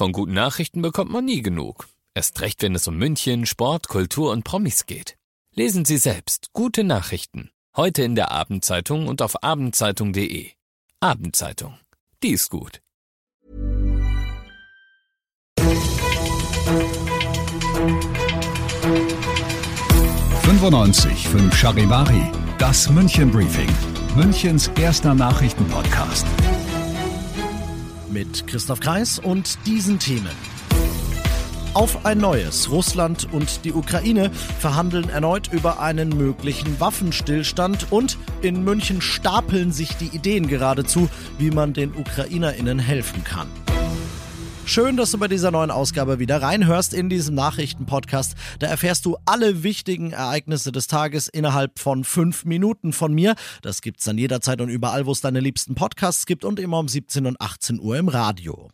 Von guten Nachrichten bekommt man nie genug. Erst recht, wenn es um München, Sport, Kultur und Promis geht. Lesen Sie selbst gute Nachrichten. Heute in der Abendzeitung und auf abendzeitung.de. Abendzeitung. Die ist gut. 95.5 Charivari, das München Briefing, Münchens erster Nachrichtenpodcast. Mit Christoph Kreis und diesen Themen. Auf ein neues. Russland und die Ukraine verhandeln erneut über einen möglichen Waffenstillstand und in München stapeln sich die Ideen geradezu, wie man den UkrainerInnen helfen kann. Schön, dass du bei dieser neuen Ausgabe wieder reinhörst in diesem Nachrichtenpodcast. Da erfährst du alle wichtigen Ereignisse des Tages innerhalb von 5 Minuten von mir. Das gibt's dann jederzeit und überall, wo es deine liebsten Podcasts gibt und immer um 17 und 18 Uhr im Radio.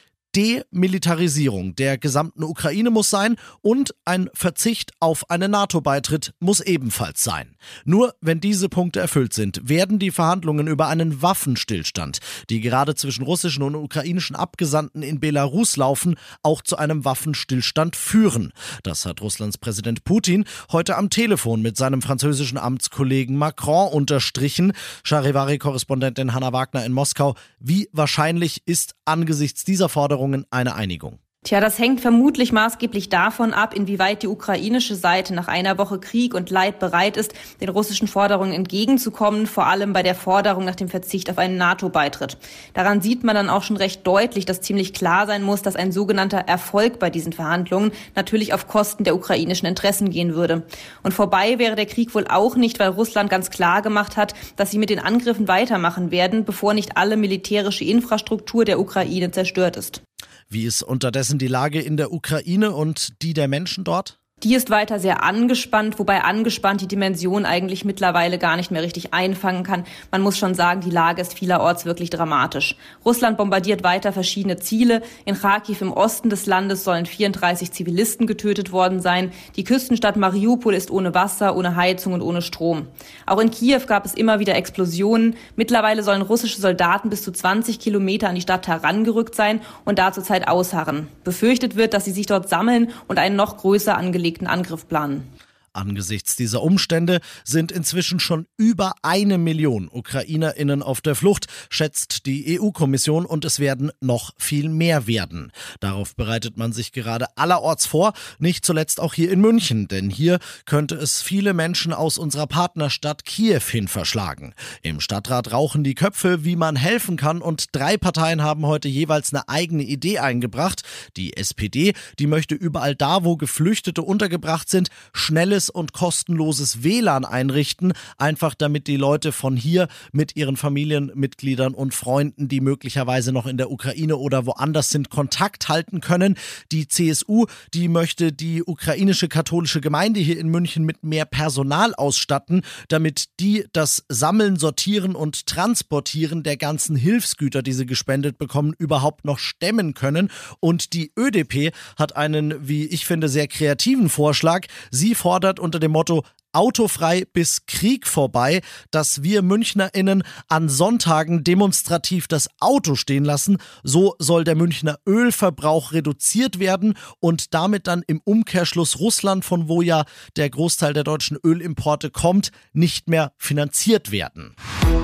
Demilitarisierung der gesamten Ukraine muss sein und ein Verzicht auf einen NATO-Beitritt muss ebenfalls sein. Nur wenn diese Punkte erfüllt sind, werden die Verhandlungen über einen Waffenstillstand, die gerade zwischen russischen und ukrainischen Abgesandten in Belarus laufen, auch zu einem Waffenstillstand führen. Das hat Russlands Präsident Putin heute am Telefon mit seinem französischen Amtskollegen Macron unterstrichen. Charivari-Korrespondentin Hanna Wagner in Moskau. Wie wahrscheinlich ist angesichts dieser Forderung eine Einigung? Tja, das hängt vermutlich maßgeblich davon ab, inwieweit die ukrainische Seite nach einer Woche Krieg und Leid bereit ist, den russischen Forderungen entgegenzukommen, vor allem bei der Forderung nach dem Verzicht auf einen NATO-Beitritt. Daran sieht man dann auch schon recht deutlich, dass ziemlich klar sein muss, dass ein sogenannter Erfolg bei diesen Verhandlungen natürlich auf Kosten der ukrainischen Interessen gehen würde. Und vorbei wäre der Krieg wohl auch nicht, weil Russland ganz klar gemacht hat, dass sie mit den Angriffen weitermachen werden, bevor nicht alle militärische Infrastruktur der Ukraine zerstört ist. Wie ist unterdessen die Lage in der Ukraine und die der Menschen dort? Die ist weiter sehr angespannt, wobei angespannt die Dimension eigentlich mittlerweile gar nicht mehr richtig einfangen kann. Man muss schon sagen, die Lage ist vielerorts wirklich dramatisch. Russland bombardiert weiter verschiedene Ziele. In Kharkiv im Osten des Landes sollen 34 Zivilisten getötet worden sein. Die Küstenstadt Mariupol ist ohne Wasser, ohne Heizung und ohne Strom. Auch in Kiew gab es immer wieder Explosionen. Mittlerweile sollen russische Soldaten bis zu 20 Kilometer an die Stadt herangerückt sein und da zurzeit ausharren. Befürchtet wird, dass sie sich dort sammeln und einen noch größer angelegten Angriff planen. Angesichts dieser Umstände sind inzwischen schon über 1 Million UkrainerInnen auf der Flucht, schätzt die EU-Kommission, und es werden noch viel mehr werden. Darauf bereitet man sich gerade allerorts vor, nicht zuletzt auch hier in München, denn hier könnte es viele Menschen aus unserer Partnerstadt Kiew hin verschlagen. Im Stadtrat rauchen die Köpfe, wie man helfen kann, und 3 Parteien haben heute jeweils eine eigene Idee eingebracht. Die SPD, die möchte überall da, wo Geflüchtete untergebracht sind, schnelles und kostenloses WLAN einrichten, einfach damit die Leute von hier mit ihren Familienmitgliedern und Freunden, die möglicherweise noch in der Ukraine oder woanders sind, Kontakt halten können. Die CSU, die möchte die ukrainische katholische Gemeinde hier in München mit mehr Personal ausstatten, damit die das Sammeln, Sortieren und Transportieren der ganzen Hilfsgüter, die sie gespendet bekommen, überhaupt noch stemmen können. Und die ÖDP hat einen, wie ich finde, sehr kreativen Vorschlag. Sie fordert unter dem Motto Autofrei bis Krieg vorbei, dass wir MünchnerInnen an Sonntagen demonstrativ das Auto stehen lassen. So soll der Münchner Ölverbrauch reduziert werden und damit dann im Umkehrschluss Russland, von wo ja der Großteil der deutschen Ölimporte kommt, nicht mehr finanziert werden.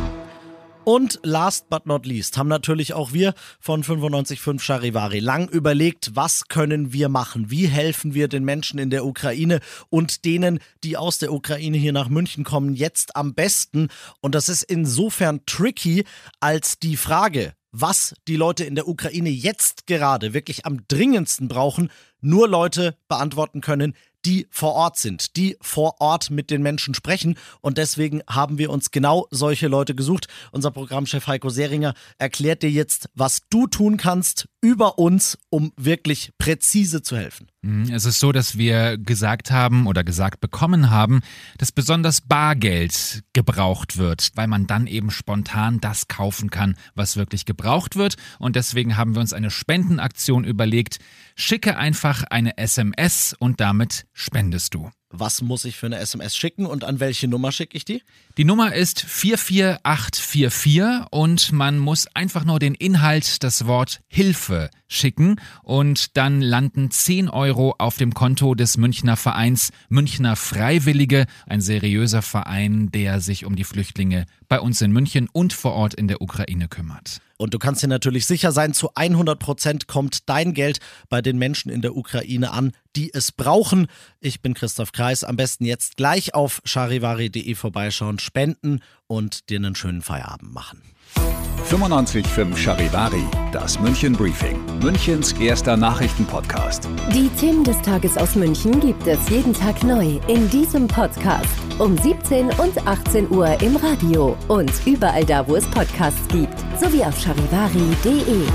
Und last but not least haben natürlich auch wir von 95.5 Charivari lang überlegt, was können wir machen? Wie helfen wir den Menschen in der Ukraine und denen, die aus der Ukraine hier nach München kommen, jetzt am besten? Und das ist insofern tricky, als die Frage, was die Leute in der Ukraine jetzt gerade wirklich am dringendsten brauchen, nur Leute beantworten können, die vor Ort sind, die vor Ort mit den Menschen sprechen. Und deswegen haben wir uns genau solche Leute gesucht. Unser Programmchef Heiko Seringer erklärt dir jetzt, was du tun kannst über uns, um wirklich präzise zu helfen. Es ist so, dass wir gesagt haben oder gesagt bekommen haben, dass besonders Bargeld gebraucht wird, weil man dann eben spontan das kaufen kann, was wirklich gebraucht wird. Und deswegen haben wir uns eine Spendenaktion überlegt. Schicke einfach eine SMS und damit spendest du. Was muss ich für eine SMS schicken und an welche Nummer schicke ich die? Die Nummer ist 44844 und man muss einfach nur den Inhalt, das Wort Hilfe schicken und dann landen 10 € auf dem Konto des Münchner Vereins Münchner Freiwillige, ein seriöser Verein, der sich um die Flüchtlinge bei uns in München und vor Ort in der Ukraine kümmert. Und du kannst dir natürlich sicher sein, zu 100% kommt dein Geld bei den Menschen in der Ukraine an, die es brauchen. Ich bin Christoph Kreis. Am besten jetzt gleich auf charivari.de vorbeischauen, spenden und dir einen schönen Feierabend machen. 95.5 Charivari, das München Briefing, Münchens erster Nachrichtenpodcast. Die Themen des Tages aus München gibt es jeden Tag neu in diesem Podcast. Um 17 und 18 Uhr im Radio und überall da, wo es Podcasts gibt. Sowie auf charivari.de.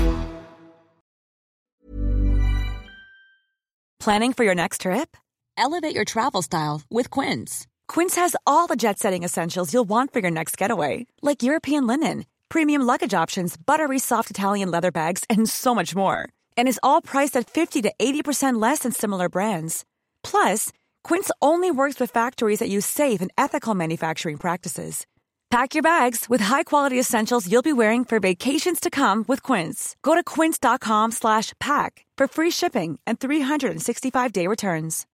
Planning for your next trip? Elevate your travel style with Quince. Quince has all the jet-setting essentials you'll want for your next getaway, like European linen, premium luggage options, buttery soft Italian leather bags, and so much more. And is all priced at 50 to 80% less than similar brands. Plus, Quince only works with factories that use safe and ethical manufacturing practices. Pack your bags with high-quality essentials you'll be wearing for vacations to come with Quince. Go to quince.com/pack for free shipping and 365-day returns.